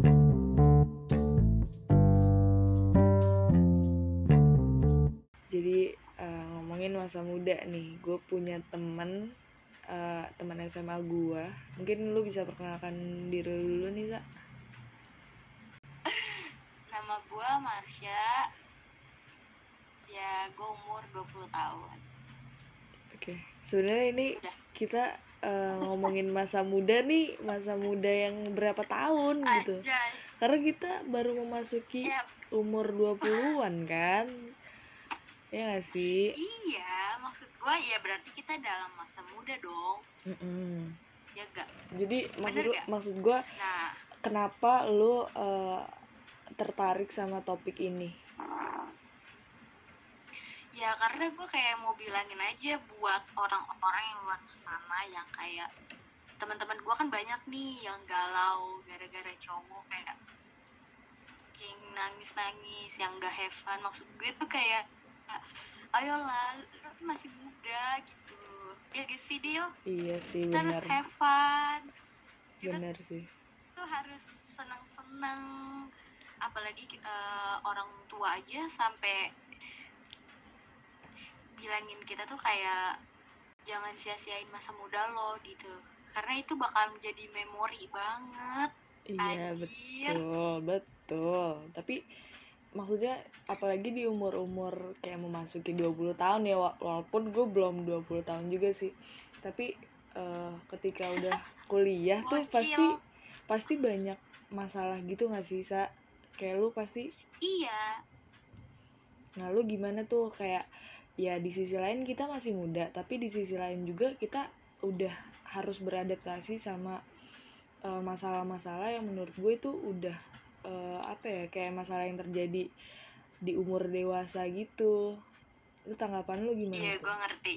Jadi ngomongin masa muda nih, gue punya teman SMA gue. Mungkin lu bisa perkenalkan diri dulu nih, Sa. Nama gue Marsha. Ya, gue umur 20 tahun. Oke, sebenarnya ini Udah. kita ngomongin masa muda nih, masa muda yang berapa tahun gitu. Anjay. Karena kita baru memasuki Ya, umur 20-an kan. Ya gak sih? iya, maksud gue ya berarti kita dalam masa muda dong. Ya gak? Jadi Bener gak? maksud gue, Nah, kenapa lu tertarik sama topik ini? ya karena gue kayak mau bilangin aja buat orang-orang yang luar sana yang kayak teman-teman gue kan banyak nih yang galau gara-gara cowok, kayak nangis-nangis, yang gak have fun. Maksud gue tuh kayak, ayolah, lu tuh masih muda gitu. Ya gak sih, Dil? Iya sih, Kita harus benar. have fun. Kita Benar sih. tuh harus senang-senang. Apalagi orang tua aja sampai bilangin kita tuh kayak jangan sia-siain masa muda lo gitu. Karena itu bakal menjadi memori banget. Iya, Anjir. betul. Tapi maksudnya apalagi di umur-umur kayak memasuki 20 tahun ya, walaupun gue belum 20 tahun juga sih. Tapi ketika udah kuliah tuh Bocil. pasti banyak masalah gitu gak sih, Sa? Kayak lu pasti. Iya. Nah, lu gimana tuh, kayak ya di sisi lain kita masih muda, tapi di sisi lain juga kita udah harus beradaptasi sama masalah-masalah yang menurut gue itu udah kayak masalah yang terjadi di umur dewasa gitu. Lu tanggapan lu gimana Iya, tuh? gue ngerti.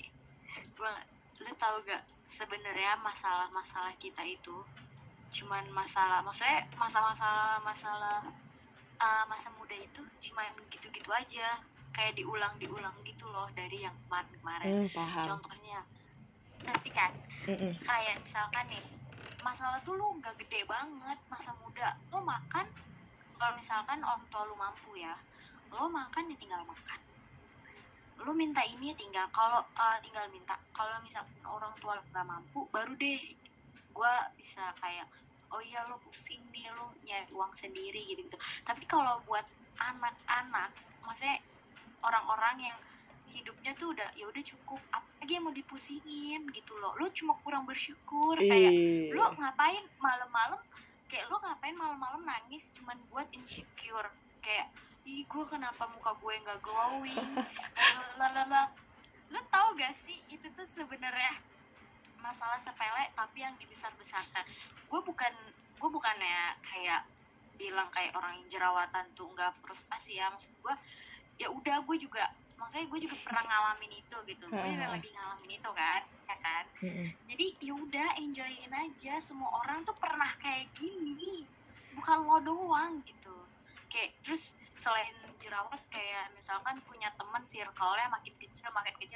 Lu tau gak sebenarnya masalah-masalah kita itu cuman maksudnya masalah masa muda itu cuman gitu-gitu aja, kayak diulang-diulang gitu loh dari yang kemarin-kemarin. Paham. Contohnya nanti kan kayak misalkan nih, masalah tuh lu gak gede banget masa muda. Lu makan, kalau misalkan orang tua lu mampu ya, lu makan ya tinggal makan, lu minta ini tinggal minta. Kalau misalkan orang tua nggak mampu, baru deh gue bisa kayak, oh iya lo pusing nih, lo nyari uang sendiri gitu. Tapi kalau buat anak-anak, maksudnya orang-orang yang hidupnya tuh udah ya udah cukup, apalagi yang mau dipusingin gitu loh. Lo cuma kurang bersyukur. Kayak lo ngapain malam-malam, kayak lo ngapain malam-malam nangis cuman buat insecure, kayak ih gue kenapa muka gue nggak glowing, lalala. Lo tau gak sih itu tuh sebenarnya masalah sepele tapi yang dibesar-besarkan. Gue bukannya kayak bilang kayak orang yang jerawatan tuh nggak frustasi ya. Maksud gue ya udah, gue juga pernah ngalamin itu gitu. Gue juga lagi ngalamin itu kan, ya kan. Jadi ya udah, enjoyin aja. Semua orang tuh pernah kayak gini, bukan lo doang gitu. Kayak terus selain jerawat, kayak misalkan punya teman circle-nya makin kecil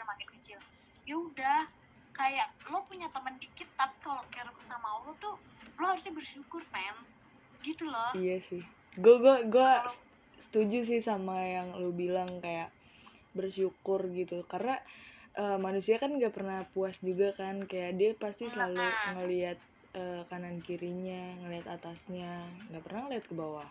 ya udah, kayak lo punya teman dikit tapi kalau care sama lo tuh lo harusnya bersyukur, men, gitu loh. Iya sih, gue setuju sih sama yang lu bilang, kayak bersyukur gitu. Karena manusia kan nggak pernah puas juga kan, kayak dia pasti selalu ngelihat kanan kirinya, ngelihat atasnya, nggak pernah ngelihat ke bawah.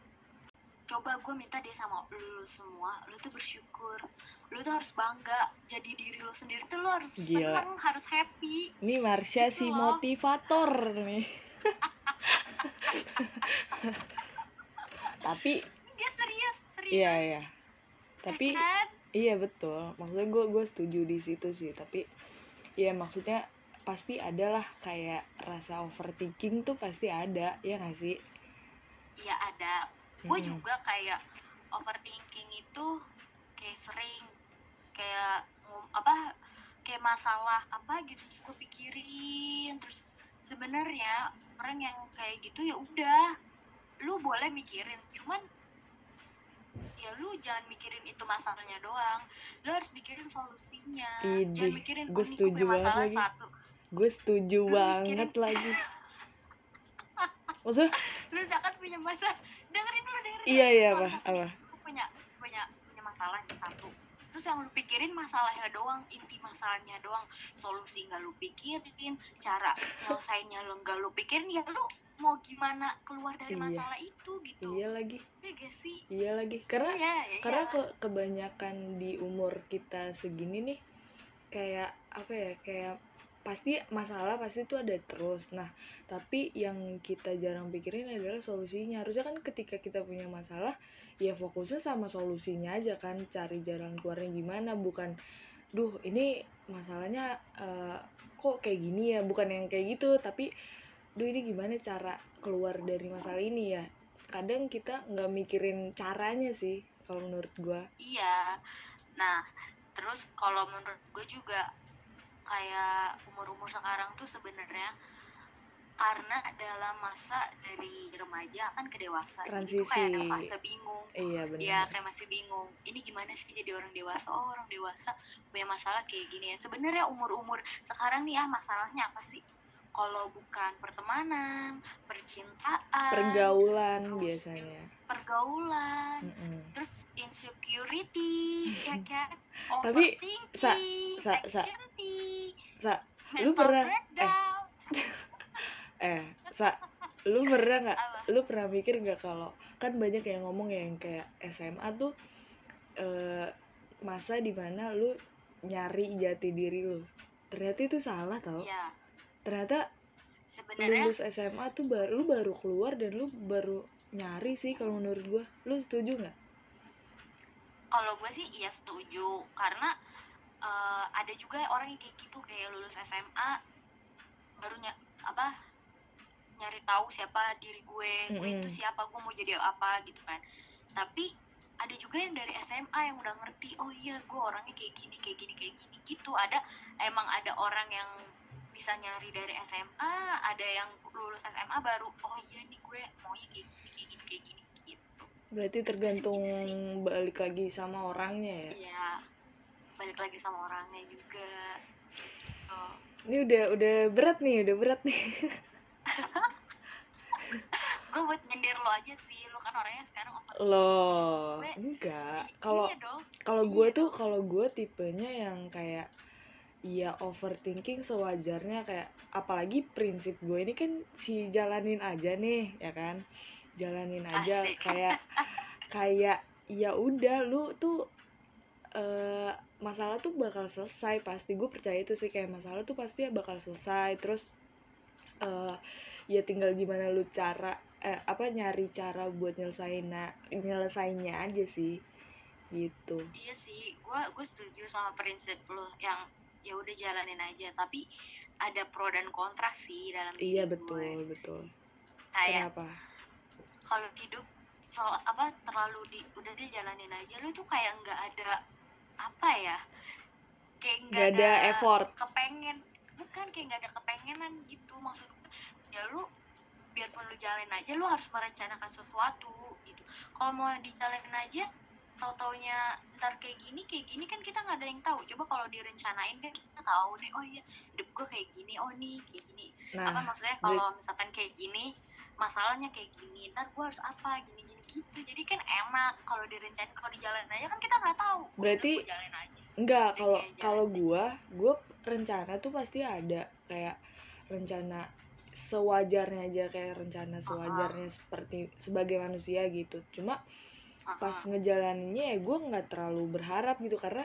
Coba gue minta deh sama lu semua, lu tuh bersyukur, lu tuh harus bangga jadi diri lu sendiri tuh, lu harus seneng, harus happy. Ini Marsha gitu si loh. Motivator nih. Tapi ya serius. Iya. Tapi kan? Iya betul, maksudnya gue setuju di situ sih. Tapi ya maksudnya pasti ada lah kayak rasa overthinking tuh pasti ada, ya nggak sih? Iya ada. Gue juga kayak overthinking itu kayak sering kayak kayak masalah apa gitu terus gue pikirin terus. Sebenarnya orang yang kayak gitu ya udah, lu boleh mikirin, cuman ya lu jangan mikirin itu masalahnya doang, lu harus mikirin solusinya. Jangan mikirin gue setuju punya masalah lagi. satu. Gue setuju banget lagi. Maksudnya lu misalkan punya masa, dengerin dulu. iya Kalau apa misalkan lu punya masalah nih satu, terus yang lu pikirin masalahnya doang, inti masalahnya doang, solusi nggak lu pikirin, cara nyelesainnya lu nggak lu pikirin, ya lu mau gimana keluar dari masalah itu gitu. Iya lagi. Ya gak sih? Iya lagi. Karena iya. Kebanyakan di umur kita segini nih, kayak apa ya, kayak pasti masalah pasti itu ada terus. Nah, tapi yang kita jarang pikirin adalah solusinya. Harusnya kan ketika kita punya masalah, ya fokusnya sama solusinya aja kan, cari jalan keluarnya gimana, bukan duh ini masalahnya kok kayak gini ya, bukan yang kayak gitu, tapi duh ini gimana cara keluar dari masalah ini ya. Kadang kita nggak mikirin caranya sih kalau menurut gue. Iya. Nah, terus kalau menurut gue juga kayak umur sekarang tuh sebenarnya karena dalam masa dari remaja kan ke dewasa, Transisi. jadi tuh kayak ada fase bingung. Iya benar. Ya kayak masih bingung, ini gimana sih jadi orang dewasa. Oh, orang dewasa punya masalah kayak gini ya. Sebenarnya umur sekarang nih ya, masalahnya apa sih? Kalau bukan pertemanan, percintaan, pergaulan biasanya. Pergaulan, terus insecurity, ya kan? Tapi Overthinking, anxiety, lu pernah breakdown. lu pernah mikir nggak kalau kan banyak yang ngomong yang kayak SMA tuh masa dimana lu nyari jati diri lu, ternyata itu salah tau. Ya. Ternyata sebenarnya lulus SMA tuh baru keluar dan lu baru nyari sih kalau menurut gue. Lu setuju nggak? Kalau gue sih iya setuju, karena ada juga orang yang kayak gitu, kayak lulus SMA baru nyari tahu siapa diri gue itu siapa, gue mau jadi apa gitu kan. Tapi ada juga yang dari SMA yang udah ngerti, oh iya gue orangnya kayak gini gitu. Emang ada orang yang bisa nyari dari SMA, ada yang lulus SMA baru, oh iya nih gue maunya kayak gini gitu. Berarti tergantung balik lagi sama orangnya ya. Iya, balik lagi sama orangnya juga gitu. Ini udah berat nih Gue buat nyindir lo aja sih, lo kan orangnya sekarang loh enggak. Kalau gue tipenya yang kayak ya overthinking sewajarnya, kayak apalagi prinsip gue ini kan si jalanin aja nih ya kan, jalanin aja. Asik. kayak ya udah lu tuh masalah tuh bakal selesai pasti. Gue percaya itu sih, kayak masalah tuh pasti bakal selesai. Terus ya tinggal gimana lu nyari cara buat nyelesainnya aja sih gitu. Iya sih, gue setuju sama prinsip lo yang ya udah jalanin aja, tapi ada pro dan kontra sih dalam diri gue. Iya betul. Kayak kenapa? Kalau hidup terlalu udah dia jalanin aja, lu tuh kayak nggak ada apa ya, kayak nggak ada effort, kayak nggak ada kepengenan gitu. Maksud ya lu biarpun lu jalanin aja, lu harus merencanakan sesuatu gitu. Kalau mau dijalanin aja tau-taunya ntar kayak gini kan kita nggak ada yang tahu. Coba kalau direncanain kan kita tahu nih, oh iya hidup gue kayak gini, oh nih kayak gini. Maksudnya kalau misalkan kayak gini masalahnya kayak gini, ntar gue harus apa gini gitu. Jadi kan enak kalau direncanain. Kalau dijalanin aja kan kita nggak tahu. Berarti enggak. Kalau gue rencana tuh pasti ada, kayak rencana sewajarnya aja, kayak rencana sewajarnya seperti sebagai manusia gitu. Cuma pas ngejalaninnya ya gue nggak terlalu berharap gitu, karena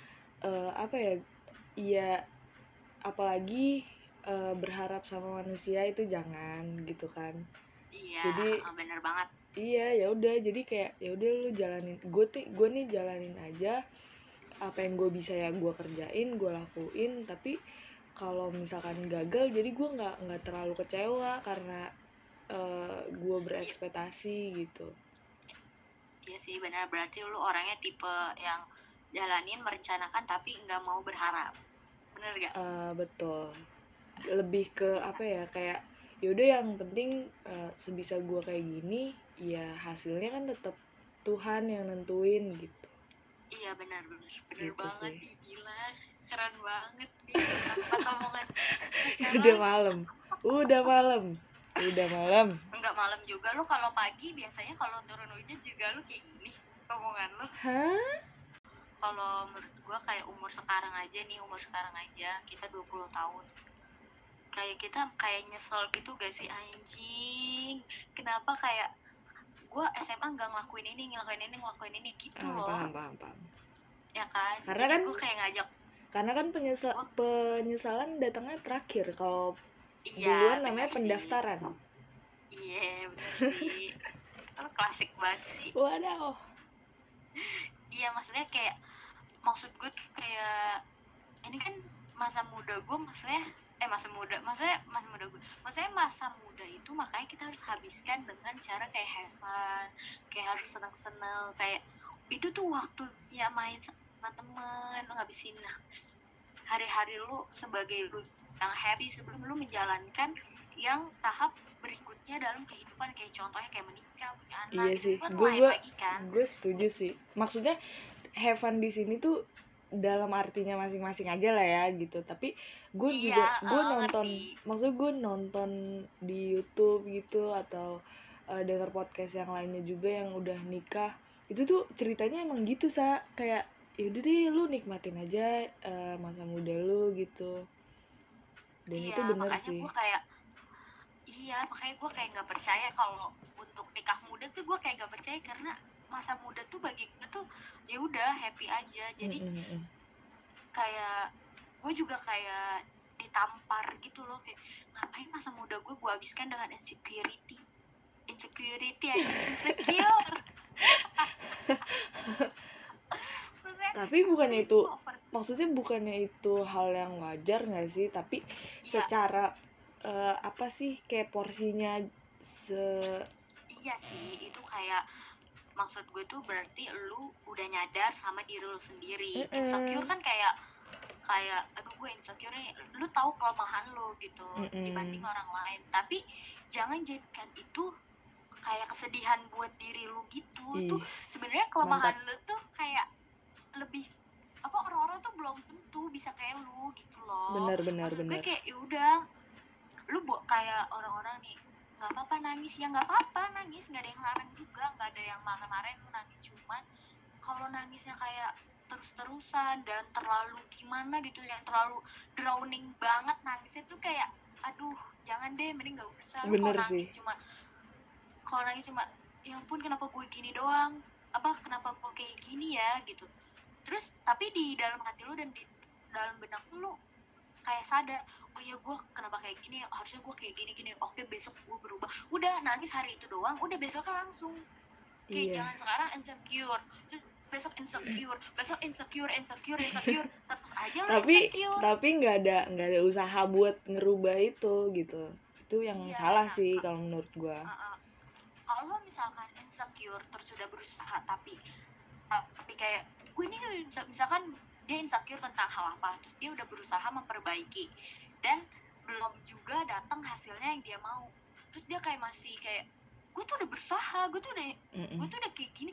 ya apalagi berharap sama manusia itu jangan gitu kan. Iya, jadi bener banget. Iya, ya udah, jadi kayak ya udah lu jalanin. Gue nih jalanin aja apa yang gue bisa ya gue kerjain, gue lakuin. Tapi kalau misalkan gagal, jadi gue nggak terlalu kecewa karena gue berekspektasi gitu. Iya sih benar, berarti lu orangnya tipe yang jalanin, merencanakan tapi nggak mau berharap, bener gak? Betul, lebih ke apa ya, kayak yaudah yang penting sebisa gue kayak gini, ya hasilnya kan tetap Tuhan yang nentuin gitu. Iya benar gitu banget sih. Gila, keren banget nih tempat omongan. Udah malam Udah malam. Enggak malam juga. Lu kalau pagi biasanya kalau turun hujan juga lu kayak gini omongan lu. Hah? Kalau menurut gua kayak umur sekarang aja kita 20 tahun. Kayak kita kayak nyesel gitu gak sih, anjing? Kenapa kayak gua SMA nggak ngelakuin ini gitu loh. Paham. Ya kan? Karena Jadi kan gua kayak ngajak. Karena kan penyesalan datangnya terakhir. Kalau Iya, duluan namanya bener pendaftaran. Iya, bener sih. Lu klasik banget sih. Waduh. Iya, maksudnya kayak maksud gue tuh kayak ini kan masa muda gue, maksudnya masa muda gue, maksudnya masa muda itu makanya kita harus habiskan dengan cara kayak have fun, kayak harus seneng-seneng, kayak itu tuh waktu ya main sama temen, lu ngabisin hari-hari lu sebagai lu yang happy sebelum lu menjalankan yang tahap berikutnya dalam kehidupan, kayak contohnya kayak menikah, punya anak. Iya itu sih, kan gue lain lagi kan. gue setuju sih. Maksudnya have fun di sini tuh dalam artinya masing-masing aja lah ya gitu. Tapi gue juga nonton, ngerti. maksud gue nonton di YouTube gitu atau denger podcast yang lainnya juga yang udah nikah. Itu tuh ceritanya emang gitu kayak yaudah deh lu nikmatin aja masa muda lu gitu. Dan Iya, itu bener makanya sih. gue kayak nggak percaya kalau untuk nikah muda tuh, gue kayak nggak percaya karena masa muda tuh bagi gue tuh ya udah happy aja. Jadi kayak gue juga kayak ditampar gitu loh, kayak ngapain masa muda gue habiskan dengan insecurity aja, insecure. Tapi bukannya itu, maksudnya bukannya itu hal yang wajar nggak sih? Tapi ya, secara apa sih kayak porsinya iya sih, itu kayak maksud gue tuh berarti lu udah nyadar sama diri lu sendiri. Insecure kan kayak aduh gue insecure nih, lu tahu kelemahan lu gitu dibanding orang lain, tapi jangan jadikan itu kayak kesedihan buat diri lu gitu. Tuh sebenarnya kelemahan lu tuh kayak lebih apa, orang-orang tuh belum tentu bisa kayak lu gitu loh. Maksud gue kayak ya udah, lu kayak orang-orang nih nggak apa-apa nangis, ya nggak apa-apa nangis, nggak ada yang larang juga, nggak ada yang marah-marahin lu nangis. Cuman kalau nangisnya kayak terus-terusan dan terlalu gimana gitu, yang terlalu drowning banget nangisnya tuh kayak aduh jangan deh, mending nggak usah. Lu kalau nangis cuma ya ampun kenapa gue gini doang, apa kenapa gue kayak gini ya gitu. Terus tapi di dalam hati lu dan di dalam benak lu kayak sadar, oh ya gue kenapa kayak gini, harusnya gue kayak gini, oke besok gue berubah. Udah nangis hari itu doang, udah besoknya langsung kayak jangan sekarang insecure, terus besok insecure terus aja lo insecure. Tapi nggak ada usaha buat ngerubah itu gitu. Itu yang salah sih kalau menurut gue. Kalau misalkan insecure terus sudah berusaha tapi kayak gue ini misalkan dia insecure tentang hal apa, terus dia udah berusaha memperbaiki dan belum juga datang hasilnya yang dia mau, terus dia kayak masih kayak gue tuh udah berusaha, gue tuh udah kayak gini,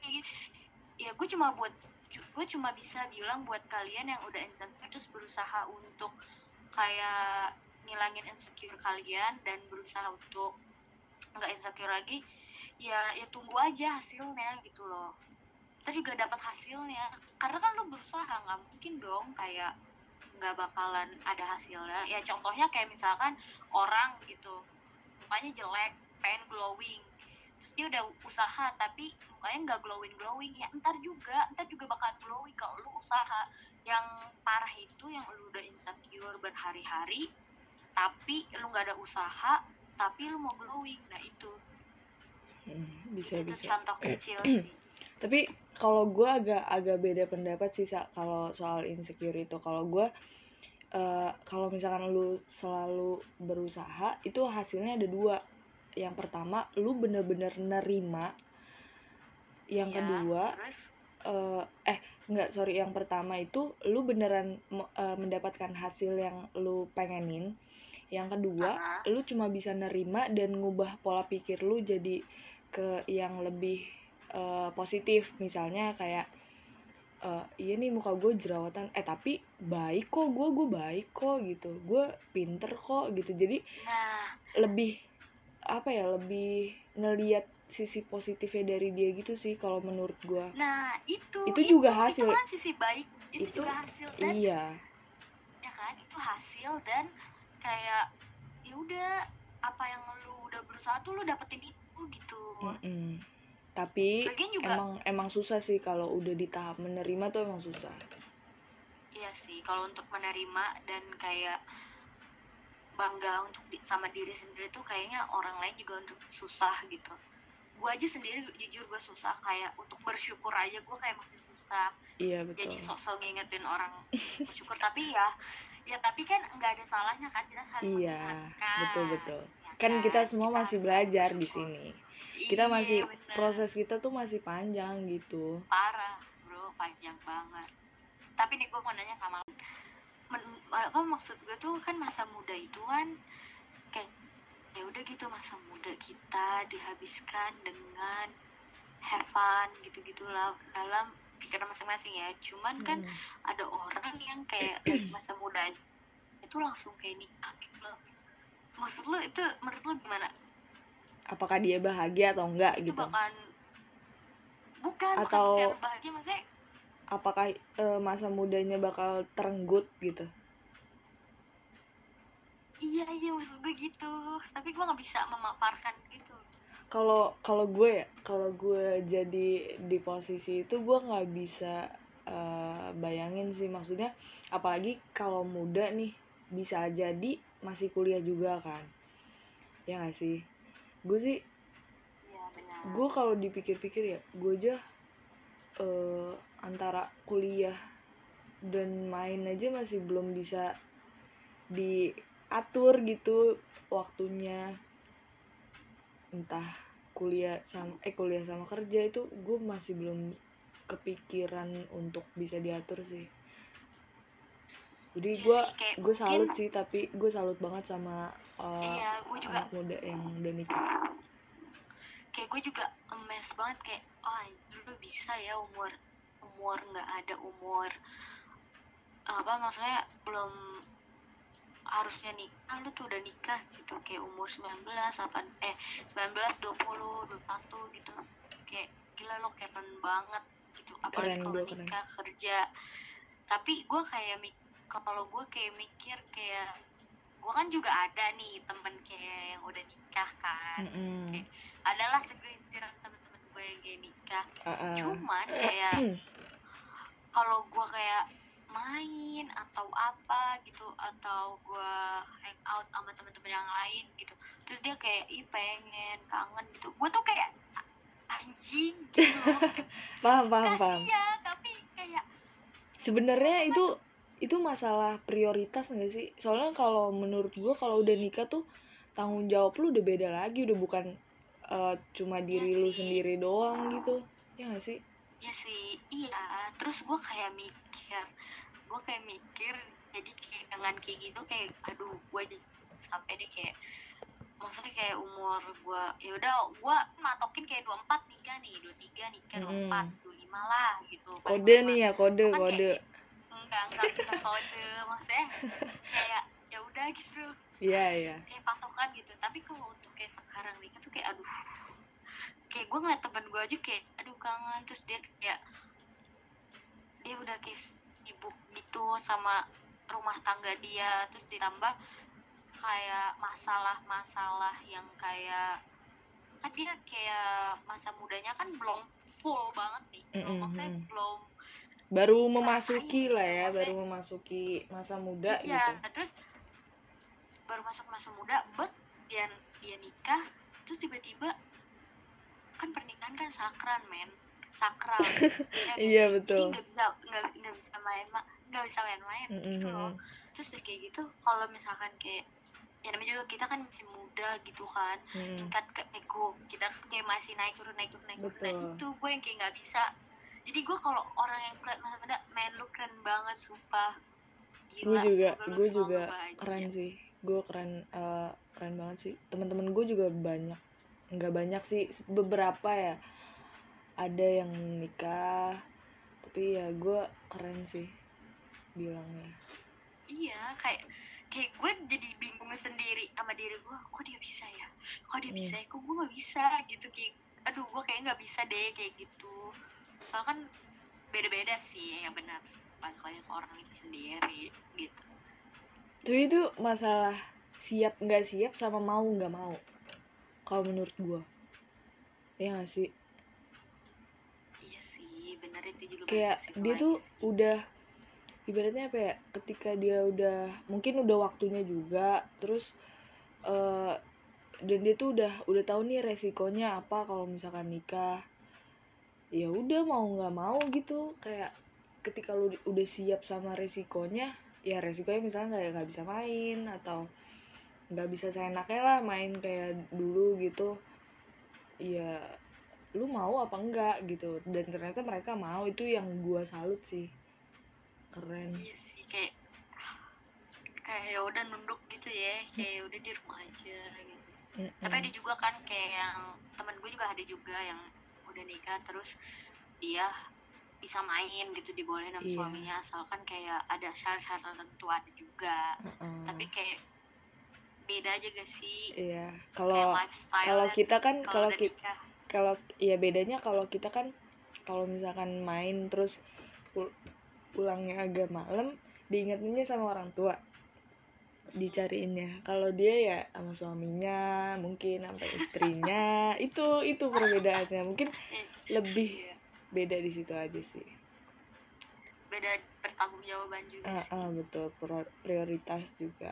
ya gue cuma bisa bilang buat kalian yang udah insecure terus berusaha untuk kayak ngilangin insecure kalian dan berusaha untuk nggak insecure lagi, ya tunggu aja hasilnya gitu loh. Kita juga dapat hasilnya karena kan lu berusaha, nggak mungkin dong kayak nggak bakalan ada hasilnya. Ya contohnya kayak misalkan orang gitu mukanya jelek pengen glowing, terus dia udah usaha tapi mukanya nggak glowing, ya ntar juga bakalan glowing kalau lu usaha. Yang parah itu yang lu udah insecure berhari-hari tapi lu nggak ada usaha tapi lu mau glowing, nah itu bisa contoh kecil sih. Tapi kalau gue agak beda pendapat sih kalau soal insecure itu. Kalau gue kalau misalkan lu selalu berusaha itu hasilnya ada dua. Yang pertama lu bener-bener nerima, yang kedua yang pertama itu lu beneran mendapatkan hasil yang lu pengenin. Yang kedua lu cuma bisa nerima dan ngubah pola pikir lu jadi ke yang lebih positif. Misalnya kayak iya nih muka gue jerawatan, tapi baik kok, gue baik kok gitu, gue pinter kok gitu. Jadi lebih apa ya, lebih ngelihat sisi positifnya dari dia gitu sih kalau menurut gue. Nah itu juga hasil, itu kan sisi baik, itu juga hasil, dan iya ya kan, itu hasil, dan kayak ya udah, apa yang lu udah berusaha tuh lu dapetin itu gitu. Tapi juga, emang susah sih kalau udah di tahap menerima tuh, emang susah. Iya sih, kalau untuk menerima dan kayak bangga untuk sama diri sendiri tuh kayaknya orang lain juga untuk susah gitu. Gue aja sendiri jujur gue susah, kayak untuk bersyukur aja gue kayak masih susah. Iya betul. Jadi sok-sok ngingetin orang bersyukur, tapi ya tapi kan nggak ada salahnya kan kita saling mengingatkan. Betul Ya kan kita semua kita masih harus belajar di sini. Kita masih bener. proses kita tuh masih panjang gitu. Parah bro, panjang banget. Tapi nih gue mau nanya sama apa, maksud gue tuh kan masa muda itu kan kayak ya udah gitu, masa muda kita dihabiskan dengan have fun gitu-gitulah dalam pikiran masing-masing ya. Cuman kan ada orang yang kayak lagi masa muda itu langsung kayak nikah gitu loh. Maksud lo itu menurut lo gimana? Apakah dia bahagia atau enggak itu gitu? Bukan atau biar bahagia, maksudnya apakah masa mudanya bakal terenggut gitu? Iya maksud gue gitu, tapi gue nggak bisa memaparkan gitu. Kalau gue jadi di posisi itu, gue nggak bisa bayangin sih, maksudnya apalagi kalau muda nih, bisa jadi masih kuliah juga kan, ya nggak sih? Gue sih, Iya benar. gue kalau dipikir-pikir ya, gue aja antara kuliah dan main aja masih belum bisa diatur gitu waktunya. Entah kuliah sama kerja, itu gue masih belum kepikiran untuk bisa diatur sih. Jadi gue salut sih, tapi gue salut banget sama anak muda yang udah nikah. Kayak gue juga amazed banget, kayak lu bisa ya umur nggak ada umur apa, maksudnya belum harusnya nikah lu tuh udah nikah gitu, kayak umur 19, 20, 21 gitu. Kayak gila, lo keren banget gitu, apalagi kalau nikah kerja. Tapi gue kayak kalau gue kayak mikir, kayak gue kan juga ada nih temen kayak yang udah nikah kan. Kayak adalah segelintir temen-temen gue yang kayak nikah. Cuman kayak kalau gue kayak main atau apa gitu, atau gue hang out sama temen-temen yang lain gitu, terus dia kayak pengen, kangen gitu, gue tuh kayak anjing gitu loh. paham. Kasian, tapi kayak sebenarnya itu masalah prioritas nggak sih? Soalnya kalau menurut gue, kalau udah nikah tuh tanggung jawab lu udah beda lagi, udah bukan cuma diri lu sendiri doang gitu, ya nggak sih? Ya sih, iya. Terus gue kayak mikir jadi kayak dengan kayak gitu, kayak aduh gue sampai deh kayak, maksudnya kayak umur gue ya udah, gue matokin kayak 24 nikah nih, 23 nikah, 24, 25 lah gitu. Kode nih ya, kode. Kayak, enggak kita kode, maksudnya kayak ya udah gitu. Iya. Kayak patokan gitu. Tapi kalau untuk kayak sekarang nikah tuh kayak aduh, kayak gue ngeliat temen gue aja kayak aduh kangen, terus dia udah kayak sibuk gitu sama rumah tangga dia, terus ditambah kayak masalah-masalah yang kayak kan dia kayak masa mudanya kan belum full banget nih, maksudnya belum baru memasuki lah ya, baru memasuki masa muda gitu. Iya, terus baru masuk masa muda, dia nikah, terus tiba-tiba kan pernikahan kan sakral ya, iya betul. Jadi nggak bisa main-main gitu loh. Terus kayak gitu, kalau misalkan kayak ya namanya juga kita kan masih muda gitu kan, tingkat ke ego kita kayak masih naik turun. Nah itu gue yang kayak nggak bisa. Jadi gue kalau orang yang masa muda, main lu keren banget sumpah, gila. Gue juga keren sih, gue keren banget sih. Teman-teman gue juga nggak banyak sih, beberapa ya ada yang nikah, tapi ya gue keren sih bilangnya. Iya, kayak kayak gue jadi bingung sendiri sama diri gue, kok dia bisa ya, kok gue nggak bisa gitu. Kayak aduh, gue kayak nggak bisa deh kayak gitu. Soalnya kan beda-beda sih ya, benar, balik lagi ke orang itu sendiri gitu. Tapi itu masalah siap nggak siap sama mau nggak mau kalau menurut gue, ya nggak sih? Iya sih, benar, itu juga Kayak dia tuh sih. udah ibaratnya apa ya, ketika dia udah mungkin udah waktunya juga, terus dan dia tuh udah tahu nih resikonya apa kalau misalkan nikah. Ya udah mau nggak mau gitu, kayak ketika lu udah siap sama resikonya, ya resikonya misalnya nggak bisa main atau nggak bisa seenaknya lah main kayak dulu gitu, ya lu mau apa enggak gitu. Dan ternyata mereka mau, itu yang gua salut sih, keren. Iya sih, kayak ya udah nunduk gitu ya, kayak udah di rumah aja gitu. Tapi ada juga kan kayak yang temen gue juga ada juga yang udah nikah terus dia bisa main gitu, dibolehin sama suaminya, asalkan kayak ada syarat-syarat tertentu ada juga. Tapi kayak beda aja gak sih? Iya, kalau kita kan kalau ya bedanya kalau kita kan kalau misalkan main terus pulangnya agak malam, diingetinnya sama orang tua, dicariinnya. Kalau dia ya sama suaminya, mungkin sampai istrinya. itu perbedaannya, mungkin lebih beda di situ aja sih. Beda bertanggung jawaban juga sih. Betul, prioritas juga.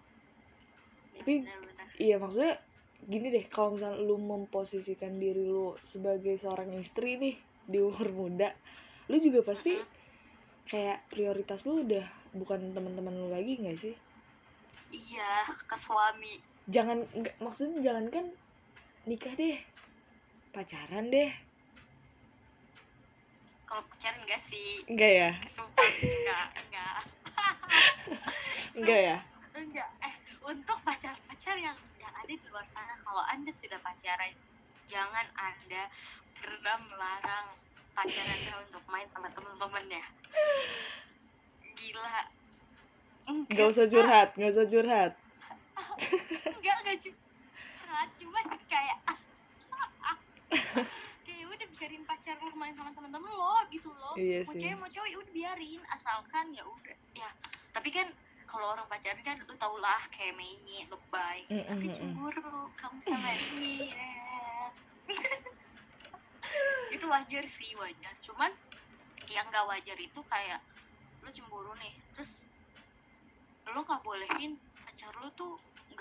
Ya, Tapi bener. iya, maksudnya gini deh, kalau misalnya lu memposisikan diri lu sebagai seorang istri nih di umur muda, lu juga pasti kayak prioritas lu udah bukan teman-teman lu lagi nggak sih? Iya, ke suami. Maksudnya jangan kan nikah deh, pacaran deh. Kalau pacaran enggak sih? Enggak ya? Sumpah enggak. Enggak ya? Enggak. Untuk pacar-pacar yang ada di luar sana, kalau Anda sudah pacaran, jangan Anda pernah melarang pacar Anda untuk main sama temen-temennya. Gila. Enggak usah curhat. Enggak curhat, cuman kayak kayak udah biarin pacar lo main sama temen-temen lo gitu loh. Iya mau sih. cewek mau cowok ya udah biarin, asalkan ya udah ya. Tapi kan kalau orang pacaran kan lu tau lah, kayak mainnya lebay, tapi cemburu kamu sama ini itu wajar sih, wajar. Cuman yang gak wajar itu kayak lu cemburu nih, terus lu gak bolehin pacar lu tuh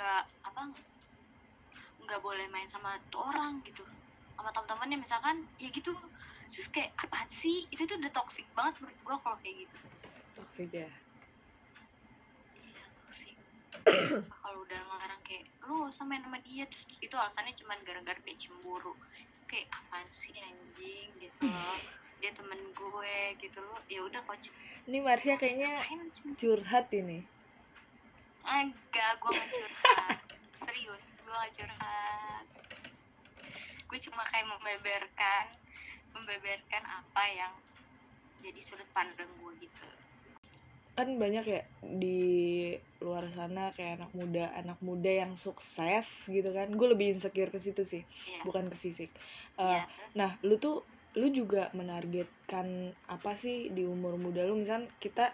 nggak boleh main sama tuh orang gitu, sama teman-temannya misalkan ya gitu. Terus kayak apaan sih, itu tuh udah toxic banget menurut gue kalau kayak gitu. Toxic ya? Iya, toxic. Kalau udah ngelarang kayak lu gak usah main sama dia, terus itu alasannya cuma gara-gara dia cemburu, kayak apaan sih anjing gitu loh. Dia temen gue gitu loh, ya udah kok. Ini Marsha kayaknya curhat ini. Enggak, gue gak curhat. Serius, gue gak curhat. Gue cuma kayak membeberkan apa yang jadi sudut pandang gue gitu. Kan banyak ya di luar sana kayak anak muda yang sukses gitu kan. Gue lebih insecure ke situ sih, bukan ke fisik. Nah, lu juga menargetkan apa sih di umur muda lu? Misal kita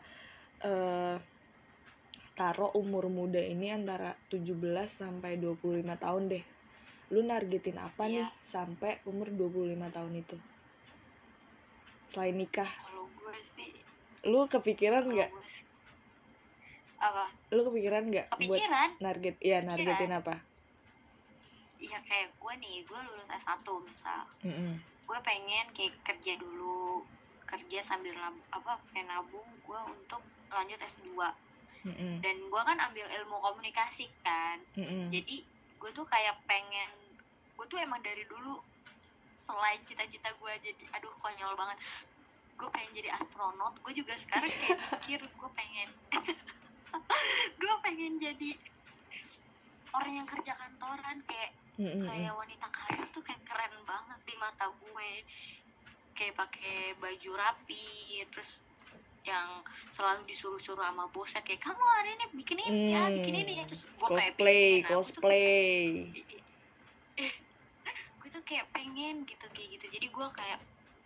taruh umur muda ini antara 17 sampai 25 tahun deh. Lu nargetin apa nih sampai umur 25 tahun itu? Selain nikah. Kalau gue sih, lu kepikiran nggak? Apa? Lu kepikiran nggak buat nargetin apa? Iya, kayak gue nih, gue lulus S1 misal. Gue pengen kayak kerja dulu, kerja sambil nabung gue untuk lanjut S2. Dan gue kan ambil ilmu komunikasi kan. Jadi gue tuh kayak pengen, gue tuh emang dari dulu selain cita-cita gue jadi, aduh konyol banget, gue pengen jadi astronot. Gue juga sekarang kayak mikir gue pengen jadi orang yang kerja kantoran, kayak wanita karir tuh kayak keren banget di mata gue, kayak pakai baju rapi, terus yang selalu disuruh-suruh sama bosnya kayak kamu hari ini bikin ini ya terus gue kayak cosplay pengen, gue tuh kayak pengen gitu jadi gue kayak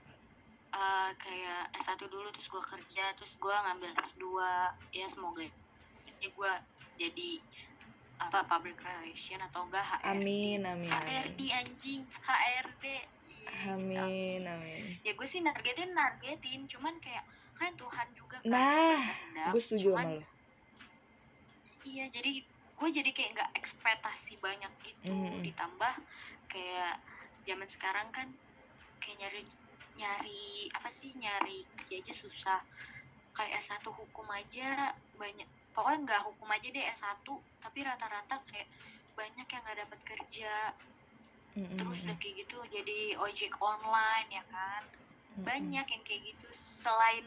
kayak S1 dulu terus gue kerja terus gue ngambil S2 ya semoga ya gue jadi apa public relation atau enggak HRD. Amin. Anjing HRD yeah, amin. Ya gue sih nargetin cuman kayak kan Tuhan juga kan nah berkehendak, gue setuju sama lo. Iya jadi gue jadi kayak nggak ekspektasi banyak gitu. Ditambah kayak zaman sekarang kan kayak nyari kerja aja susah. Kayak S1 hukum aja banyak, pokoknya nggak hukum aja deh S1 tapi rata-rata kayak banyak yang nggak dapat kerja. Terus udah kayak gitu jadi ojek online ya kan, banyak yang kayak gitu. Selain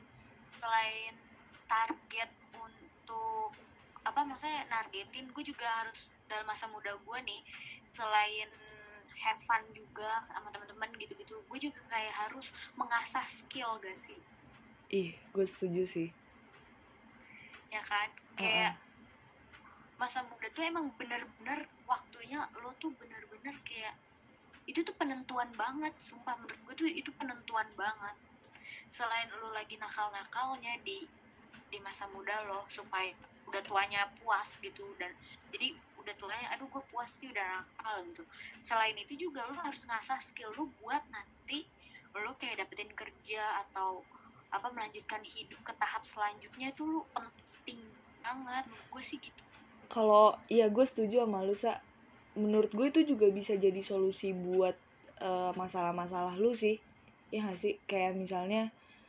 target untuk apa maksudnya nargetin, gue juga harus dalam masa muda gue nih selain have fun juga sama teman-teman gitu-gitu, gue juga kayak harus mengasah skill gak sih? Gue setuju sih ya kan, kayak masa muda tuh emang bener-bener waktunya lo tuh bener-bener kayak itu tuh penentuan banget, sumpah menurut gue tuh itu penentuan banget. Selain lo lagi nakal-nakalnya di masa muda lo supaya udah tuanya puas gitu, dan jadi udah tuanya aduh gue puas sih udah nakal gitu. Selain itu juga lo harus ngasah skill lo buat nanti lo kayak dapetin kerja atau apa melanjutkan hidup ke tahap selanjutnya itu lo penting banget menurut gue sih gitu. Kalau iya gue setuju sama lu Sa. Menurut gue itu juga bisa jadi solusi buat masalah-masalah lu sih, ya nggak sih? Kayak misalnya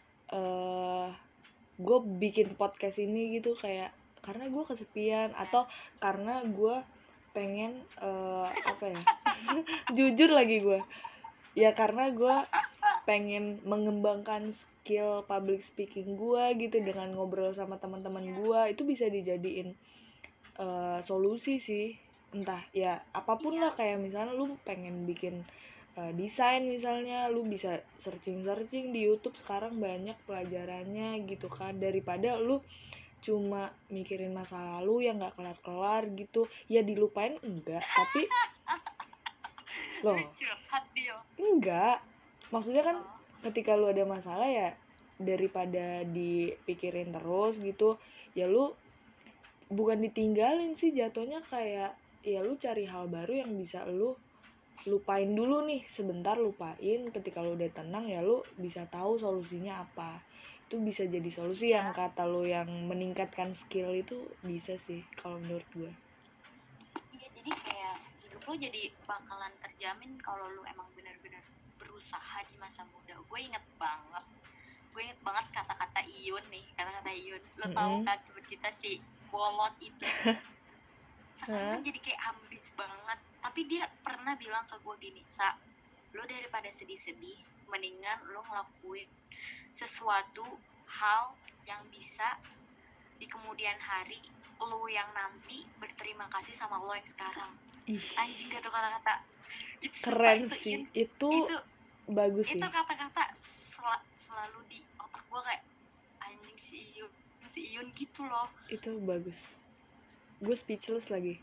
gue bikin podcast ini gitu kayak karena gue kesepian atau karena gue pengen apa ya jujur lagi gue ya karena gue pengen mengembangkan skill public speaking gue gitu dengan ngobrol sama teman-teman gue, itu bisa dijadiin solusi sih. Entah ya apapun lah, kayak misalnya lu pengen bikin desain misalnya, lu bisa searching di YouTube sekarang banyak pelajarannya gitu kan, daripada lu cuma mikirin masa lalu yang nggak kelar-kelar gitu. Ya dilupain enggak, tapi loh enggak, maksudnya kan ketika lu ada masalah ya daripada dipikirin terus gitu, ya lu bukan ditinggalin sih jatuhnya, kayak ya lu cari hal baru yang bisa lu lupain dulu nih sebentar, lupain. Ketika lu udah tenang ya lu bisa tahu solusinya apa. Itu bisa jadi solusi yang kata lu yang meningkatkan skill itu bisa sih kalau menurut gue. Iya, jadi kayak hidup lu jadi bakalan terjamin kalau lu emang benar-benar berusaha di masa muda. Gue inget banget kata-kata Iyun. Lo tau kan temen kita si bolot itu sekarang kan jadi kayak ambis banget, tapi dia pernah bilang ke gue gini, Sa, lo daripada sedih-sedih mendingan lo ngelakuin sesuatu hal yang bisa di kemudian hari lo yang nanti berterima kasih sama lo yang sekarang. Anjing gak tuh kata-kata itu keren sih, itu bagus sih. Itu kata-kata selalu di otak gue kayak anjing si Iyun gitu loh. Itu bagus, gue speechless lagi.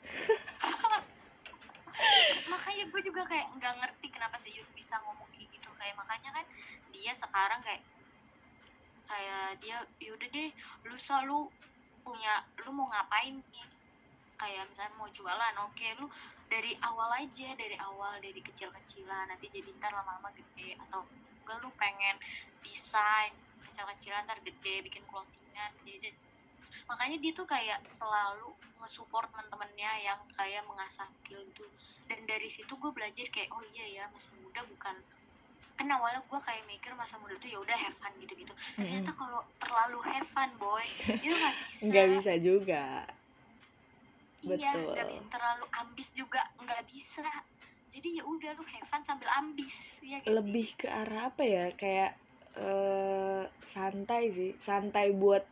Makanya gue juga kayak nggak ngerti kenapa si Iyun bisa ngomong kayak gitu. Kayak makanya kan dia sekarang kayak dia yaudah deh lu mau ngapain nih, kayak misalnya mau jualan, oke, lu dari awal dari kecil-kecilan, nanti jadi ntar lama-lama gede, atau enggak lu pengen desain kecil-kecilan ntar gede bikin clothingan jadi. Makanya dia tuh kayak selalu nge-support teman-temannya yang kayak mengasah skill gitu. Dan dari situ gue belajar kayak oh iya ya, masa muda bukan, kan awalnya gue kayak mikir masa muda tuh ya udah have fun gitu-gitu. Ternyata kalau terlalu have fun boy itu nggak bisa. Nggak bisa juga. Iya, betul. nggak bisa terlalu ambis juga nggak bisa. Jadi ya udah lu have fun sambil ambis ya. Lebih ke arah apa ya, kayak santai sih, santai buat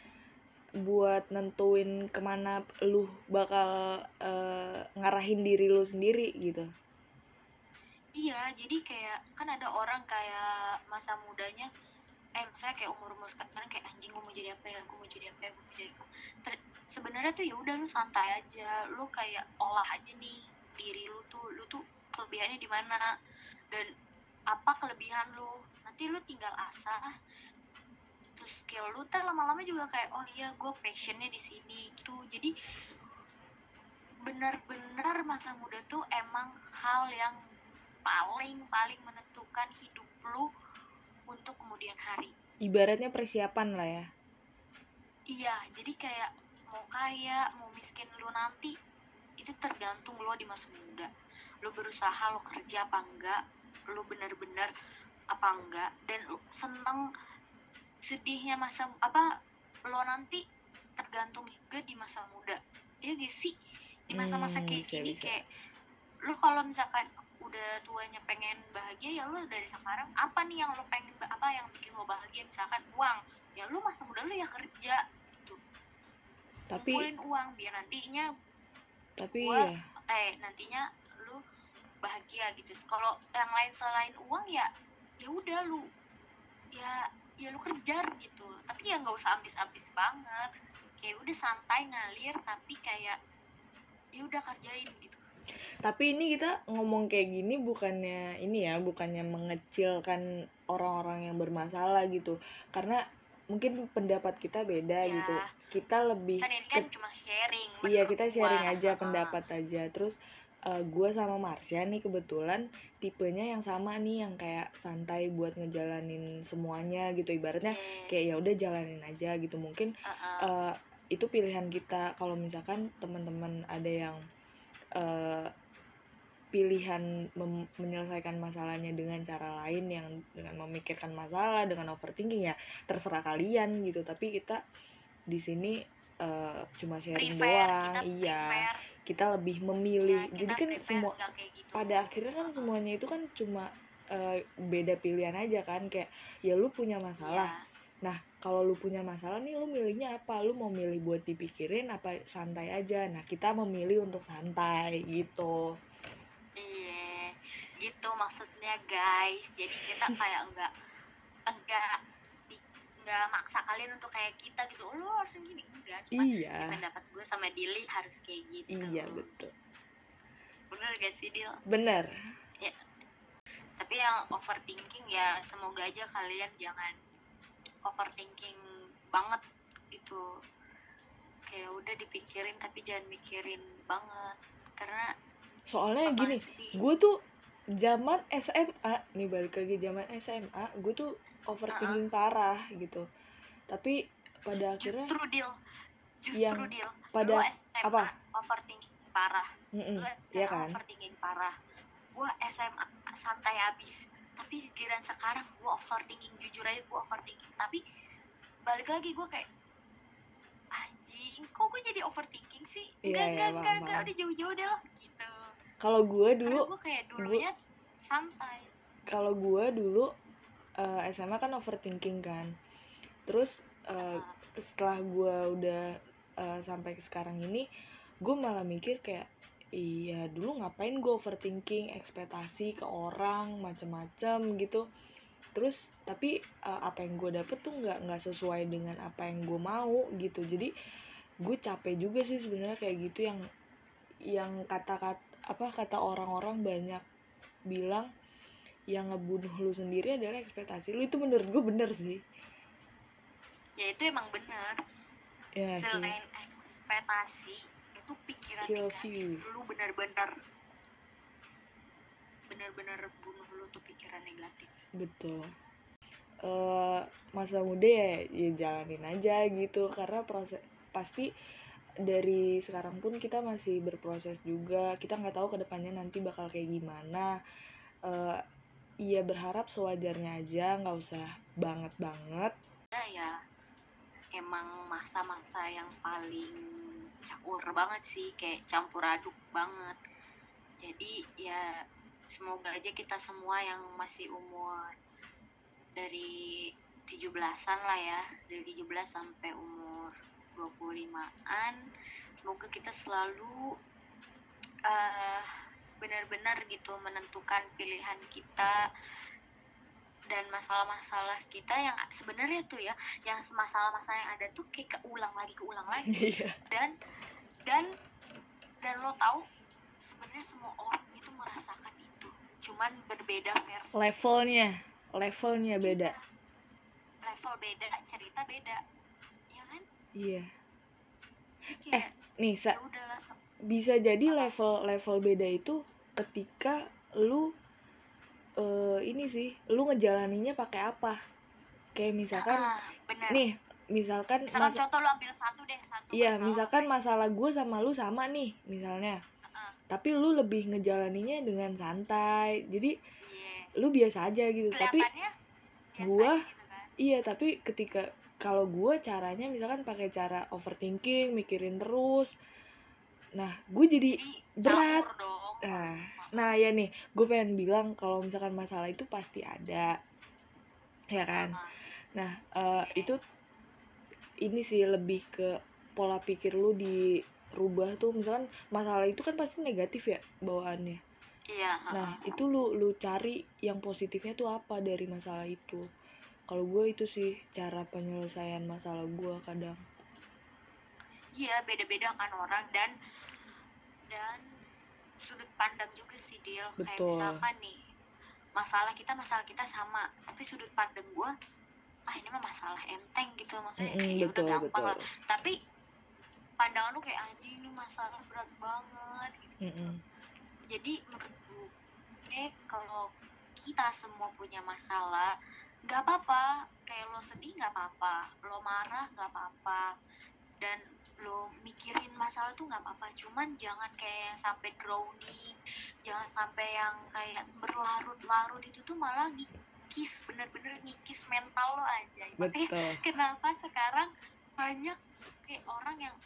nentuin kemana lu bakal ngarahin diri lu sendiri gitu. Iya, jadi kayak kan ada orang kayak masa mudanya misalnya kayak umur sekarang kayak anjing gue mau jadi apa ya, sebenarnya tuh ya udah lu santai aja, lu kayak olah aja nih diri lu tuh kelebihannya di mana dan apa kelebihan lu, nanti lu tinggal asah terus skill lu lama-lama juga kayak oh iya gue passionnya di sini gitu. Jadi benar-benar masa muda tuh emang hal yang paling menentukan hidup lu untuk kemudian hari. Ibaratnya persiapan lah ya. Iya, jadi kayak mau kaya, mau miskin lu nanti itu tergantung lo di masa muda. Lo berusaha, lo kerja apa enggak, lo benar-benar apa enggak, dan lo seneng sedihnya lo nanti tergantung juga di masa muda. Iya gak sih? Di masa-masa kayak gini bisa. Kayak lo kalau misalkan udah tuanya pengen bahagia ya lo dari sekarang apa nih yang lo pengen, apa yang bikin lo bahagia, misalkan uang ya lo masa muda lo ya kerja gitu, kumpulin uang biar nantinya nantinya lu bahagia gitu. Kalau yang lain selain uang ya udah lu ya lu kerja gitu, tapi ya nggak usah ambis-ambis banget, kayak udah santai ngalir tapi kayak ya udah kerjain gitu. Tapi ini kita ngomong kayak gini bukannya mengecilkan orang-orang yang bermasalah gitu, karena mungkin pendapat kita beda gitu. Kita lebih kan ini kan cuma sharing. Iya, kita sharing aja pendapat aja. Terus gue sama Marsha nih kebetulan tipenya yang sama nih, yang kayak santai buat ngejalanin semuanya gitu. Ibaratnya kayak ya udah jalanin aja gitu. Mungkin itu pilihan kita. Kalau misalkan teman-teman ada yang pilihan menyelesaikan masalahnya dengan cara lain, yang dengan memikirkan masalah, dengan overthinking, ya terserah kalian gitu. Tapi kita di sini cuma sharing doang. Iya, kita lebih memilih. Jadi kan semua gitu. Pada akhirnya kan semuanya itu kan cuma beda pilihan aja kan. Kayak ya lu punya masalah. Nah, kalau lu punya masalah nih, lu milihnya apa? Lu mau milih buat dipikirin apa santai aja? Nah, kita memilih untuk santai gitu. Iya, gitu maksudnya guys. Jadi kita kayak enggak maksa kalian untuk kayak kita gitu. Lu harus gini, enggak. Cuma pendapat gue sama Dili harus kayak gitu. Iya, betul. Bener gak sih, Dil? Bener. Ya. Tapi yang overthinking ya semoga aja kalian jangan overthinking banget gitu. Kayak udah dipikirin tapi jangan mikirin banget, karena soalnya gini, gue tuh zaman SMA nih, balik lagi zaman SMA, gue tuh overthinking parah gitu. Tapi pada akhirnya justru deal pada lu SMA apa overthinking parah, lu SMA kan? overthinking parah, gue SMA santai abis, tapi giliran sekarang gue overthinking, jujur aja gue overthinking. Tapi balik lagi gue kayak anjing kok gue jadi overthinking sih. Enggak, udah jauh-jauh deh loh gitu. Kalau gue dulu, karena gue kayak dulunya santai. Kalau gue dulu SMA kan overthinking kan. Terus setelah gue udah sampai ke sekarang ini, gue malah mikir kayak iya dulu ngapain gue overthinking, ekspektasi ke orang macem-macem gitu. Terus tapi apa yang gue dapet tuh nggak sesuai dengan apa yang gue mau gitu. Jadi gue capek juga sih sebenarnya kayak gitu, yang kata orang-orang banyak bilang yang ngebunuh lu sendiri adalah ekspektasi lu. Itu menurut gue bener sih. Ya itu emang bener ya, selain sih. Ekspektasi itu pikiran negatif lu bener-bener bunuh lu tuh pikiran negatif. Betul. Masa muda ya jalanin aja gitu, karena pasti dari sekarang pun kita masih berproses juga. Kita nggak tahu kedepannya nanti bakal kayak gimana. Iya berharap sewajarnya aja, nggak usah banget. Ya emang masa-masa yang paling caur banget sih, kayak campur aduk banget. Jadi ya semoga aja kita semua yang masih umur dari 17-an lah ya, dari 17 sampai umur 25-an, semoga kita selalu benar-benar gitu menentukan pilihan kita dan masalah-masalah kita yang sebenarnya tuh ya, yang masalah-masalah yang ada tuh kayak keulang lagi Iya. dan lo tahu sebenarnya semua orang itu merasakan itu, cuman berbeda versi. Levelnya beda. Iya. Level beda, cerita beda, ya kan? Iya. Kayak, nih udahlah, bisa jadi level beda itu ketika lu ini sih, lu ngejalaninya pakai apa? Kayak misalkan bener. nih, misalkan contoh lu ambil satu iya, misalkan masalah gue sama lu sama nih misalnya, tapi lu lebih ngejalaninya dengan santai, jadi lu biasa aja gitu. Tapi gue gitu kan? Iya, tapi ketika kalau gue caranya misalkan pakai cara overthinking, mikirin terus, nah gue jadi berat dong. Nah ya nih, gue pengen bilang kalau misalkan masalah itu pasti ada, ya kan? Nah itu ini sih lebih ke pola pikir lu dirubah tuh. Misalkan masalah itu kan pasti negatif ya bawaannya. Iya. Nah itu lu cari yang positifnya tuh apa dari masalah itu. Kalau gue itu sih cara penyelesaian masalah gue kadang. Iya, beda-beda kan orang, dan sudut pandang juga sih, Dil. Kayak misalkan nih, masalah kita sama, tapi sudut pandang gue, ini mah masalah enteng gitu, maksudnya kayak ya udah gampang lah. Tapi pandangan lu kayak anjing, ini masalah berat banget gitu. Jadi menurut gue, kalau kita semua punya masalah, nggak apa-apa. Kayak lo sedih nggak apa-apa, lo marah nggak apa-apa, dan lo mikirin masalah tuh nggak apa-apa. Cuman jangan kayak sampai drowning, jangan sampai yang kayak berlarut-larut, itu tuh malah ngikis, bener-bener ngikis mental lo aja. Makanya kenapa sekarang banyak kayak orang yang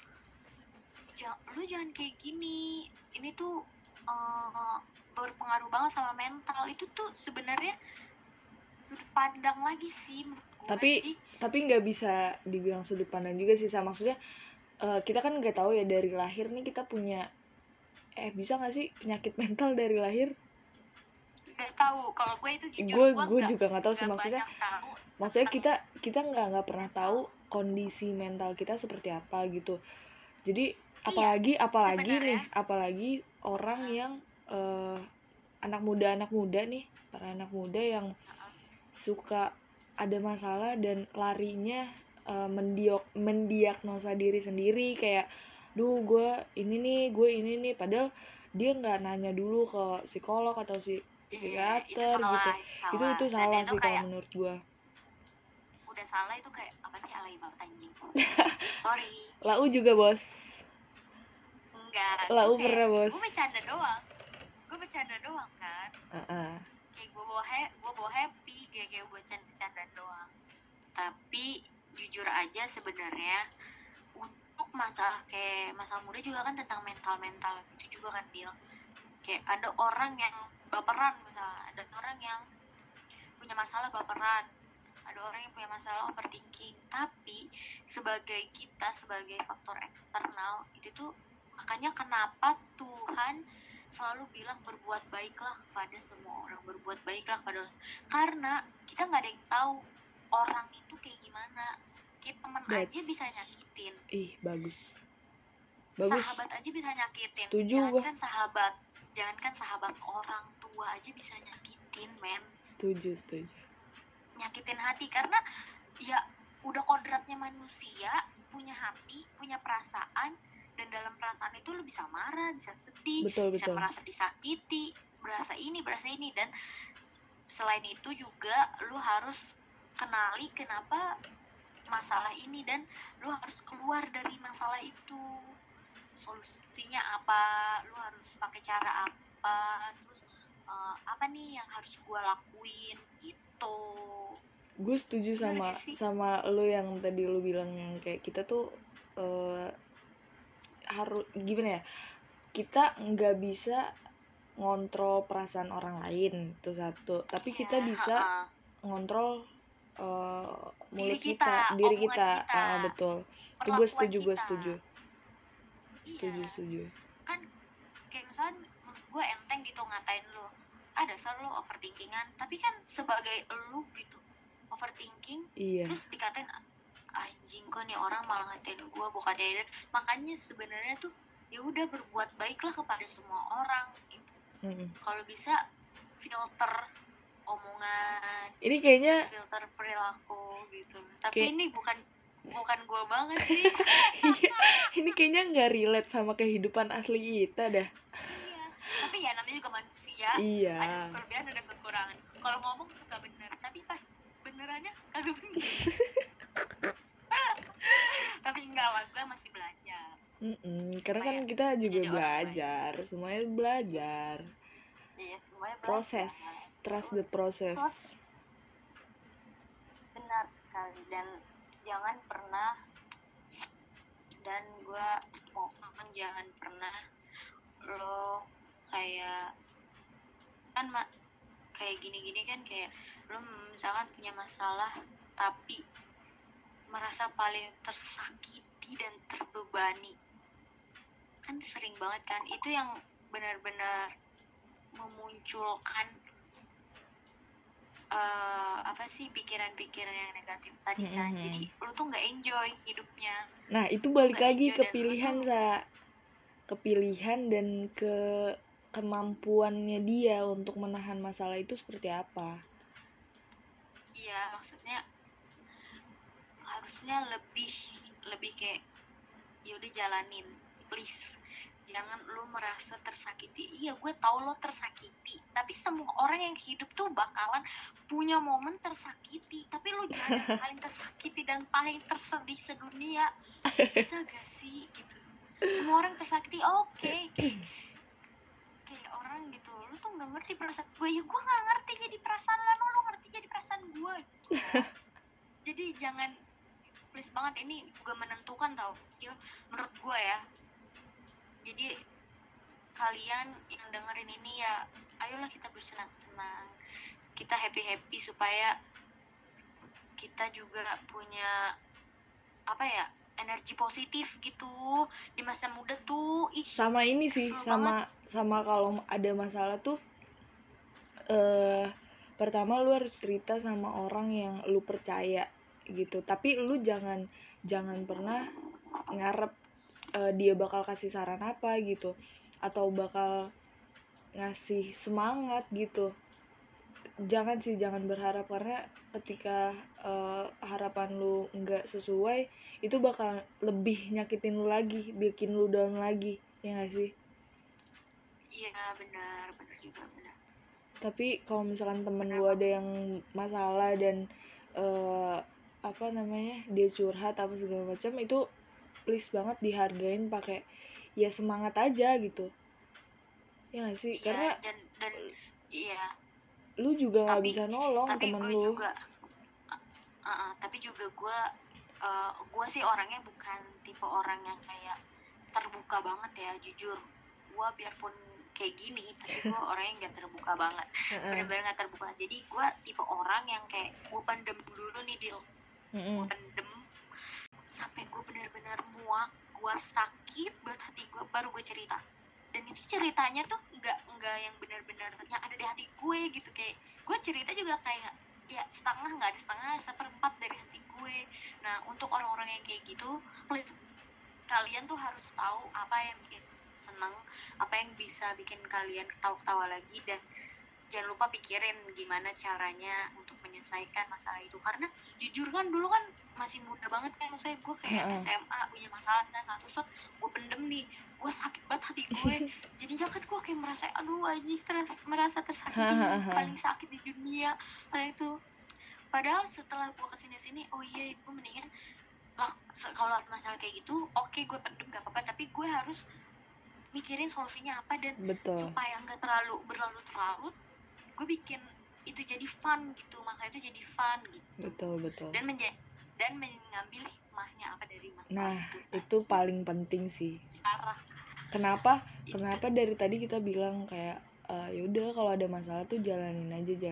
lu jangan kayak gini, ini tuh berpengaruh banget sama mental. Itu tuh sebenarnya sudut pandang lagi sih menurut gue. Tapi nggak bisa dibilang sudut pandang juga sih, sama maksudnya kita kan nggak tahu ya dari lahir nih kita punya bisa nggak sih penyakit mental dari lahir? Nggak tahu, kalau gue itu jujur gue juga nggak tahu sih, maksudnya kita nggak pernah tahu kondisi mental kita seperti apa gitu. Jadi apalagi nih, apalagi orang yang anak muda nih, para anak muda yang suka ada masalah dan larinya mendiagnosa diri sendiri, kayak gue ini nih, padahal dia nggak nanya dulu ke psikolog atau psikiater gitu. Itu salah sih kalau menurut gue. Udah salah itu, kayak apa sih, alay banget anjing. Sorry. Lau juga bos. Enggak. Lau pernah bos. Gue bercanda doang kan. Kayak gue bawa happy, kayak gue bercanda doang. Tapi jujur aja sebenarnya untuk masalah kayak masalah muda juga kan tentang mental itu juga kan, Dil. Kayak ada orang yang baperan misalnya, ada orang yang punya masalah baperan, ada orang yang punya masalah overthinking. Tapi sebagai faktor eksternal itu tuh, makanya kenapa Tuhan selalu bilang berbuat baiklah kepada semua orang, berbuat baiklah kepada orang. Karena kita nggak ada yang tahu orang itu kayak gimana. Kayak teman aja bisa nyakitin. Bagus. Sahabat aja bisa nyakitin. Setuju. Jangankan sahabat, orang tua aja bisa nyakitin, men. Setuju. Nyakitin hati, karena ya udah kodratnya manusia, punya hati, punya perasaan, dan dalam perasaan itu lu bisa marah, bisa sedih, bisa merasa disakiti, berasa ini, dan selain itu juga lu harus kenali kenapa masalah ini, dan lu harus keluar dari masalah itu. Solusinya apa, lu harus pakai cara apa, terus apa nih yang harus gue lakuin gitu. Gue setuju sama lu yang tadi lu bilang, yang kayak kita tuh harus gimana ya, kita nggak bisa ngontrol perasaan orang lain, itu satu, tapi kita bisa ngontrol mulut diri kita. Betul. Itu gue setuju. Setuju. Kan kayak misalnya menurut gue enteng gitu ngatain lu, dasar lo overthinkingan, tapi kan sebagai lo gitu overthinking, terus dikatain anjing kok nih orang malah ngatain gue bukan dia. Makanya sebenarnya tuh ya udah berbuat baiklah kepada semua orang gitu. Kalau bisa filter omongan, ini kayaknya filter perilaku gitu. Tapi ini bukan gue banget sih. Iya, ini kayaknya nggak relate sama kehidupan asli kita dah. Iya, tapi ya namanya juga manusia. Iya. Ada kelebihan ada kekurangan. Kalau ngomong suka bener, tapi pas benerannya kagak bener. Tapi enggak lah, gue masih belajar. Karena kan kita juga belajar, semuanya belajar. Iya, semuanya belajar. Proses, trust the process. Benar sekali, dan jangan pernah, dan gue mohon jangan pernah lo kayak kan kayak gini-gini kan, kayak lo misalkan punya masalah tapi merasa paling tersakiti dan terbebani, kan sering banget kan itu yang benar-benar memunculkan apa sih pikiran-pikiran yang negatif tadi kan. Jadi lu tuh nggak enjoy hidupnya. Nah itu balik lagi ke pilihan kepilihan dan ke kemampuannya dia untuk menahan masalah itu seperti apa. Iya, maksudnya harusnya lebih kayak yaudah jalanin, please. Jangan lu merasa tersakiti. Iya, gue tahu lo tersakiti, tapi semua orang yang hidup tuh bakalan punya momen tersakiti. Tapi lu jangan paling tersakiti dan paling tersedih sedunia. Bisa gak sih gitu? Semua orang tersakiti, oke. Kayak orang gitu, lu tuh nggak ngerti perasaan gue. Ya gue nggak ngerti jadi perasaan lo, emang lu ngerti jadi perasaan gue gitu. Jadi jangan, please banget, ini juga menentukan tau ya menurut gue ya. Jadi kalian yang dengerin ini ya, ayolah kita bersenang-senang, kita happy-happy supaya kita juga punya apa ya, energi positif gitu di masa muda tuh. Sama ini sih, sama kalau ada masalah tuh pertama lu harus cerita sama orang yang lu percaya gitu. Tapi lu jangan pernah ngarep dia bakal kasih saran apa gitu, atau bakal ngasih semangat gitu. Jangan berharap, karena ketika harapan lu nggak sesuai, itu bakal lebih nyakitin lu lagi, bikin lu down lagi, ya nggak sih? Iya benar juga, benar. Tapi kalau misalkan temen lu ada yang masalah dan apa namanya, dia curhat apa segala macam, itu please banget dihargain, pakai ya semangat aja gitu, ya nggak sih? Iya, karena dan iya, lu juga nggak bisa nolong temen lu. Juga, tapi juga gue sih orangnya bukan tipe orang yang kayak terbuka banget ya, jujur. Gue biarpun kayak gini, tapi gue orangnya nggak terbuka banget. Bener-bener nggak terbuka. Jadi gue tipe orang yang kayak gue pendem dulu nih, gue pendem sampai gue bener-bener muak, gue sakit buat hati gue, baru gue cerita. Dan itu ceritanya tuh nggak yang benar-benar yang ada di hati gue gitu. Kayak gue cerita juga kayak ya setengah, nggak ada setengah, seperempat dari hati gue. Nah untuk orang-orang yang kayak gitu, kalian tuh harus tahu apa yang bikin seneng, apa yang bisa bikin kalian ketawa-ketawa lagi, dan jangan lupa pikirin gimana caranya untuk menyelesaikan masalah itu. Karena jujur kan dulu kan masih muda banget kan, maksudnya gue kayak SMA punya masalah misalnya satu set, gue pendem nih, gue sakit banget hati gue. Jadinya kan gue kayak merasa aduh anjing, merasa tersakiti, paling sakit di dunia kayak itu. Padahal setelah gue kesini-sini, oh iya gue mendingan kalau ada masalah kayak gitu, oke gue pendem gak apa-apa, tapi gue harus mikirin solusinya apa. Dan supaya nggak terlalu berlarut-larut, gue bikin itu jadi fun gitu, makanya itu jadi fun gitu. Betul. Dan mengambil hikmahnya apa dari masalah. Nah itu paling penting sih. Kenapa dari tadi kita bilang kayak yaudah kalau ada masalah tuh jalanin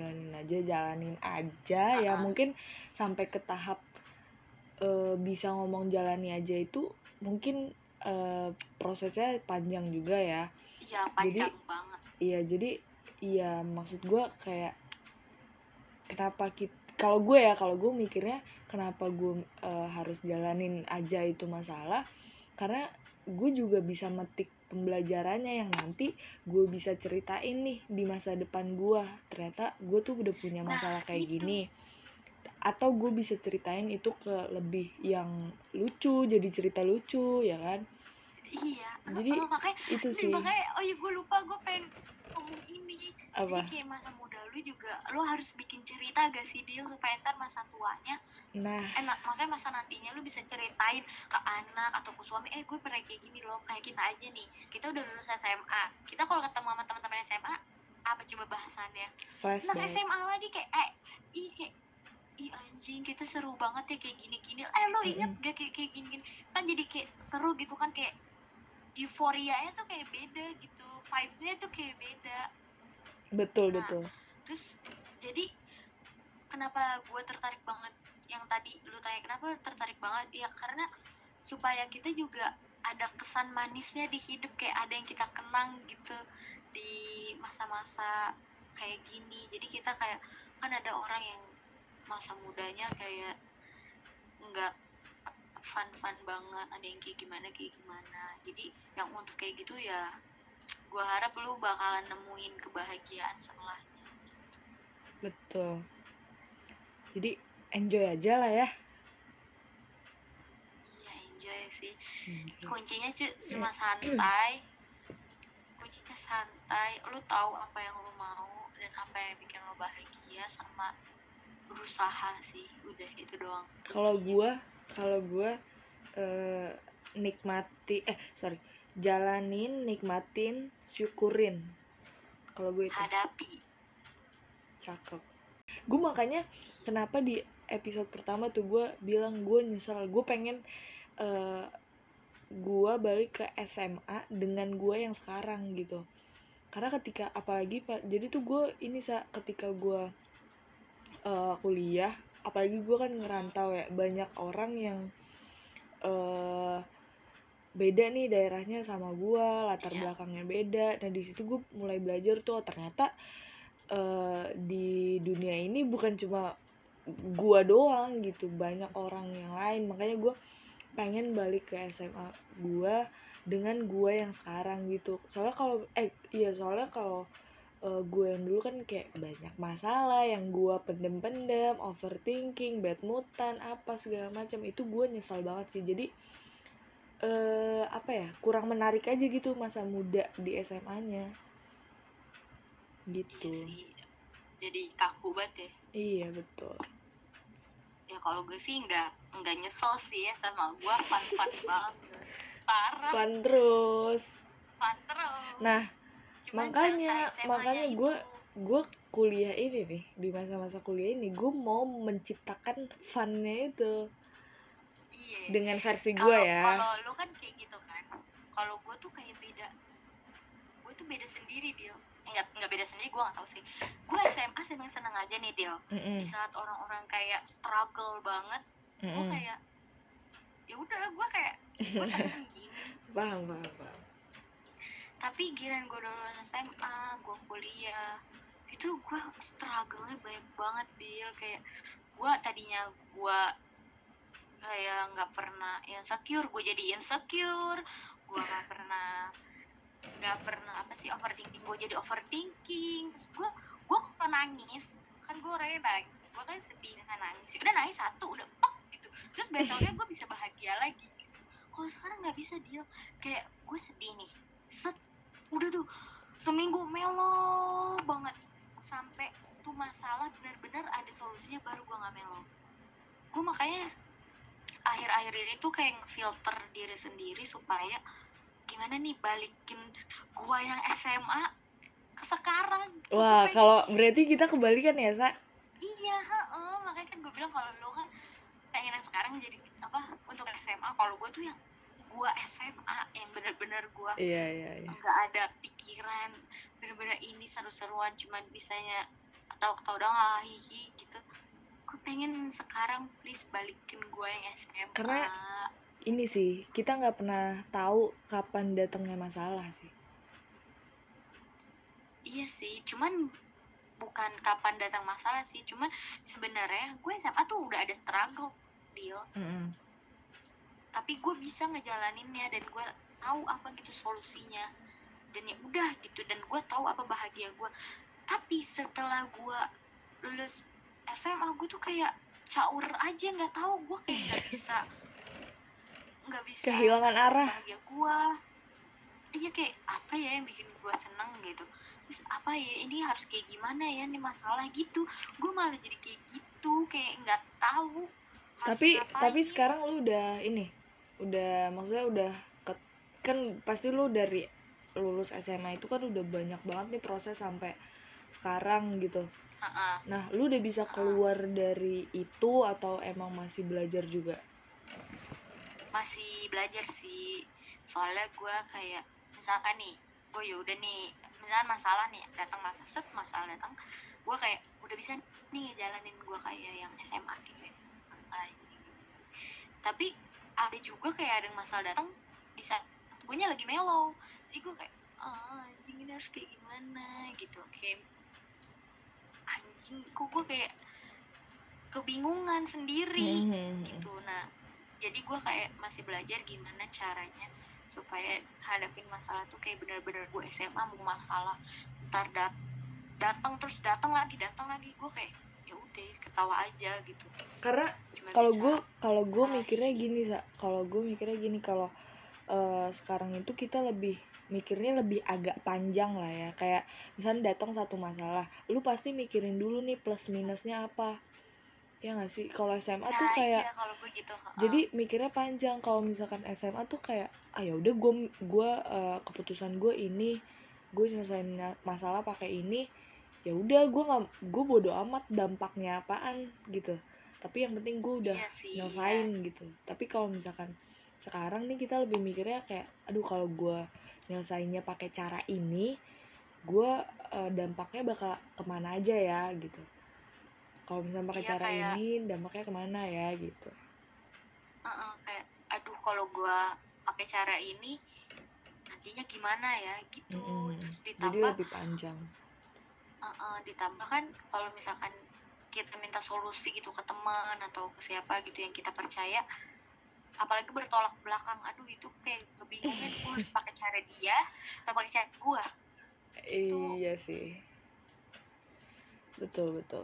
aja. Ya mungkin sampai ke tahap bisa ngomong jalani aja itu mungkin prosesnya panjang juga ya. Iya, panjang banget. Iya, jadi iya maksud gue kayak kenapa kalau gue mikirnya kenapa gue harus jalanin aja itu masalah, karena gue juga bisa metik pembelajarannya yang nanti gue bisa ceritain nih di masa depan gue, ternyata gue tuh udah punya masalah kayak gini, atau gue bisa ceritain itu ke lebih yang lucu, jadi cerita lucu ya kan. Iya, jadi makanya itu sih. oh iya gue lupa, gue pengen ngomong ini. Apa? Jadi kayak masa muda lu juga lu harus bikin cerita gak sih, Dil, supaya ntar masa tuanya maksudnya masa nantinya lu bisa ceritain ke anak atau ke suami, gue pernah kayak gini loh. Kayak kita aja nih, kita udah lulus SMA, kita kalau ketemu sama teman-teman SMA apa coba bahasannya? Flashback. Nah SMA lagi kayak ih anjing kita seru banget ya kayak gini-gini. Lo inget gak kayak gini-gini kan, jadi kayak seru gitu kan, kayak euforianya tuh kayak beda gitu, vibe-nya tuh kayak beda. Betul. Terus jadi kenapa gue tertarik banget yang tadi lu tanya kenapa tertarik banget, ya karena supaya kita juga ada kesan manisnya di hidup, kayak ada yang kita kenang gitu di masa-masa kayak gini. Jadi kita kayak kan ada orang yang masa mudanya kayak nggak fun banget, ada yang kayak gimana. Jadi yang untuk kayak gitu ya gue harap lu bakalan nemuin kebahagiaan setelahnya. Betul. Jadi enjoy aja lah ya. Iya enjoy sih. Kuncinya cuma santai. Kuncinya santai. Lu tahu apa yang lu mau dan apa yang bikin lu bahagia, sama berusaha sih. Udah gitu doang. Kalau gue jalanin, nikmatin, syukurin. Kalau gue itu hadapi. Cakep. Gue makanya kenapa di episode pertama tuh gue bilang gue nyesel, gue pengen gue balik ke SMA dengan gue yang sekarang gitu. Karena ketika apalagi jadi tuh gue ini ketika gue kuliah, apalagi gue kan ngerantau ya, banyak orang yang beda nih daerahnya sama gue, latar belakangnya beda. Nah di situ gue mulai belajar tuh ternyata di dunia ini bukan cuma gue doang gitu, banyak orang yang lain. Makanya gue pengen balik ke SMA gue dengan gue yang sekarang gitu. Soalnya kalau gue yang dulu kan kayak banyak masalah yang gue pendem, overthinking, bad moodan, apa segala macam, itu gue nyesal banget sih. Jadi kurang menarik aja gitu masa muda di SMA-nya gitu. Iya sih, jadi kaku banget ya. Iya betul. Ya kalau gue sih nggak nyesel sih ya, sama gue fun banget, parah. Fun terus. Nah, makanya gue kuliah ini nih, di masa-masa kuliah ini gue mau menciptakan funnya itu. Iya. Dengan versi gue ya. Kalau lu kan kayak gitu kan. Kalau gue tuh kayak beda. Gue tuh beda sendiri, Dil. Nggak beda sendiri, gue nggak tahu sih. Gue SMA seneng aja nih, Dil. Di saat orang-orang kayak struggle banget, gue kayak ya udah, gue kayak gue seneng gini. Paham. Tapi giliran gue udah lulus SMA, gue kuliah, itu gue struggle-nya banyak banget, Dil. Kayak gue tadinya gue kayak nggak pernah insecure, gue jadi insecure. Gue nggak pernah overthinking, gue jadi overthinking. Terus gue kok nangis kan, gue orangnya nangis, gue kan sedih kan, nangis udah nangis satu udah pok gitu, terus besoknya gue bisa bahagia lagi gitu. Kalau sekarang nggak bisa, dia kayak gue sedih nih, udah tuh seminggu melo banget, sampai tuh masalah benar-benar ada solusinya baru gue nggak melo. Gue makanya akhir-akhir ini tuh kayak ngefilter diri sendiri supaya gimana nih balikin gua yang SMA ke sekarang. Wah, kalau berarti kita kebalikan ya, Sa? Iya, makanya kan gue bilang kalau lo kan pengen yang sekarang jadi untuk SMA. Kalau gue tuh yang gua SMA yang benar-benar gua nggak ada pikiran, benar-benar ini seru-seruan, cuman bisanya atau doang hihi gitu. Gue pengen sekarang please balikin gua yang SMA. Karena ini sih, kita nggak pernah tahu kapan datangnya masalah sih. Iya sih, cuman bukan kapan datang masalah sih, cuman sebenarnya gue SMA tuh udah ada struggle deal, tapi gue bisa ngejalaninnya dan gue tahu apa gitu solusinya, dan ya udah gitu, dan gue tahu apa bahagia gue. Tapi setelah gue lulus SMA, gue tuh kayak caur aja, nggak tahu, gue kayak nggak bisa kehilangan arah. bahagia gue. Iya, kayak apa ya yang bikin gue seneng gitu, terus apa ya ini harus kayak gimana ya nih masalah gitu, gue malah jadi kayak gitu, kayak nggak tahu harus ngapain. Tapi sekarang lu udah maksudnya udah kan pasti lu dari lulus SMA itu kan udah banyak banget nih proses sampai sekarang gitu. Nah, lu udah bisa keluar dari itu atau emang masih belajar juga? Masih belajar sih, soalnya gue kayak misalkan nih, gue ya udah nih, misalkan masalah nih datang, masalah datang, gue kayak udah bisa nih ngejalanin gue kayak yang SMA gitu ya, tapi ada juga kayak ada masalah datang di saat gue nya lagi mellow, jadi gue kayak anjing ini harus kayak gimana gitu, kayak anjing kok gue kayak kebingungan sendiri gitu. Nah, jadi gue kayak masih belajar gimana caranya supaya hadapin masalah tuh kayak benar-benar gue SMA mau masalah ntar datang terus datang lagi gue kayak ya udah ketawa aja gitu. Karena kalau gue mikirnya gini, kalau sekarang itu kita mikirnya lebih agak panjang lah ya, kayak misalnya datang satu masalah, lu pasti mikirin dulu nih plus minusnya apa, ya nggak sih? Kalau SMA tuh kayak iya, kalau gue gitu. Jadi mikirnya panjang. Kalau misalkan SMA tuh kayak ya udah gue keputusan gue ini, gue selesaiin masalah pakai ini, ya udah gue bodo amat dampaknya apaan gitu, tapi yang penting gue udah nyelesain gitu. Tapi kalau misalkan sekarang nih kita lebih mikirnya kayak aduh kalau gue nyelesainnya pakai cara ini, gue dampaknya bakal kemana aja ya gitu. Kalau misalnya pakai cara ini dampaknya kemana ya gitu. Kayak aduh kalau gue pakai cara ini nantinya gimana ya gitu. Terus ditambah jadi lebih panjang. Ditambah kan kalau misalkan kita minta solusi gitu ke teman atau ke siapa gitu yang kita percaya, apalagi bertolak belakang, aduh itu kayak kebingungan gue harus pakai cara dia atau pakai cara gue gitu. Iya sih, betul gitu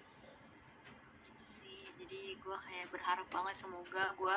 sih. Jadi gue kayak berharap banget semoga gue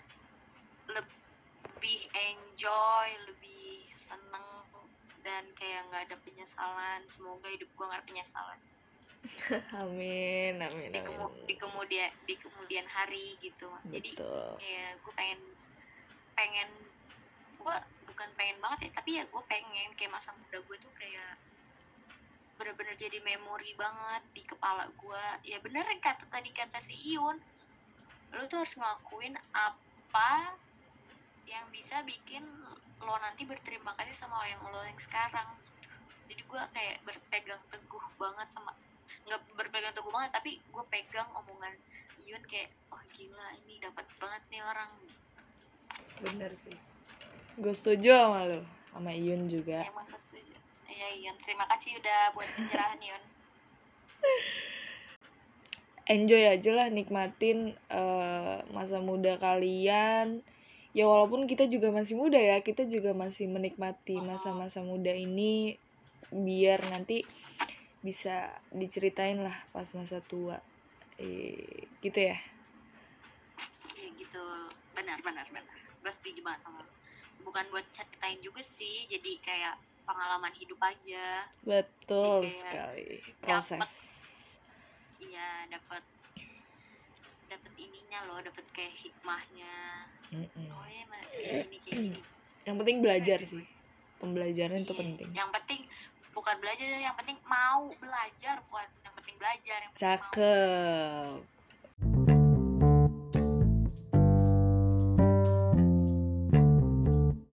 lebih enjoy, lebih seneng, dan kayak nggak ada penyesalan. Semoga hidup gue nggak ada penyesalan. amin. Di kemudian hari gitu. Betul. Jadi ya gue pengen gue bukan pengen banget ya, tapi ya gue pengen kayak masa muda gue tuh kayak bener-bener jadi memori banget di kepala gue. Ya bener kata si Iyun, lo tuh harus ngelakuin apa yang bisa bikin lo nanti berterima kasih sama lo yang sekarang gitu. Jadi gue kayak berpegang teguh banget sama, nggak berpegang teguh banget tapi gue pegang omongan Iyun kayak oh gila ini dapat banget nih orang. Bener sih, gue setuju sama lo, sama Iyun juga. Ya, emang setuju ya Iyun, terima kasih udah buat pencerahan Iyun. Enjoy aja lah, nikmatin masa muda kalian ya, walaupun kita juga masih muda ya, kita juga masih menikmati masa-masa muda ini biar nanti bisa diceritain lah pas masa tua, gitu ya. Iya gitu, benar gue setuju banget sama lo. Bukan buat ceritain juga sih, jadi kayak pengalaman hidup aja. Betul sekali, proses. Iya, dapat ininya loh, dapat kayak hikmahnya. Oh iya, kayak gini. Yang penting belajar sih, pembelajaran itu penting. Yang penting bukan belajar, yang penting mau belajar, bukan yang penting belajar, yang penting cakep.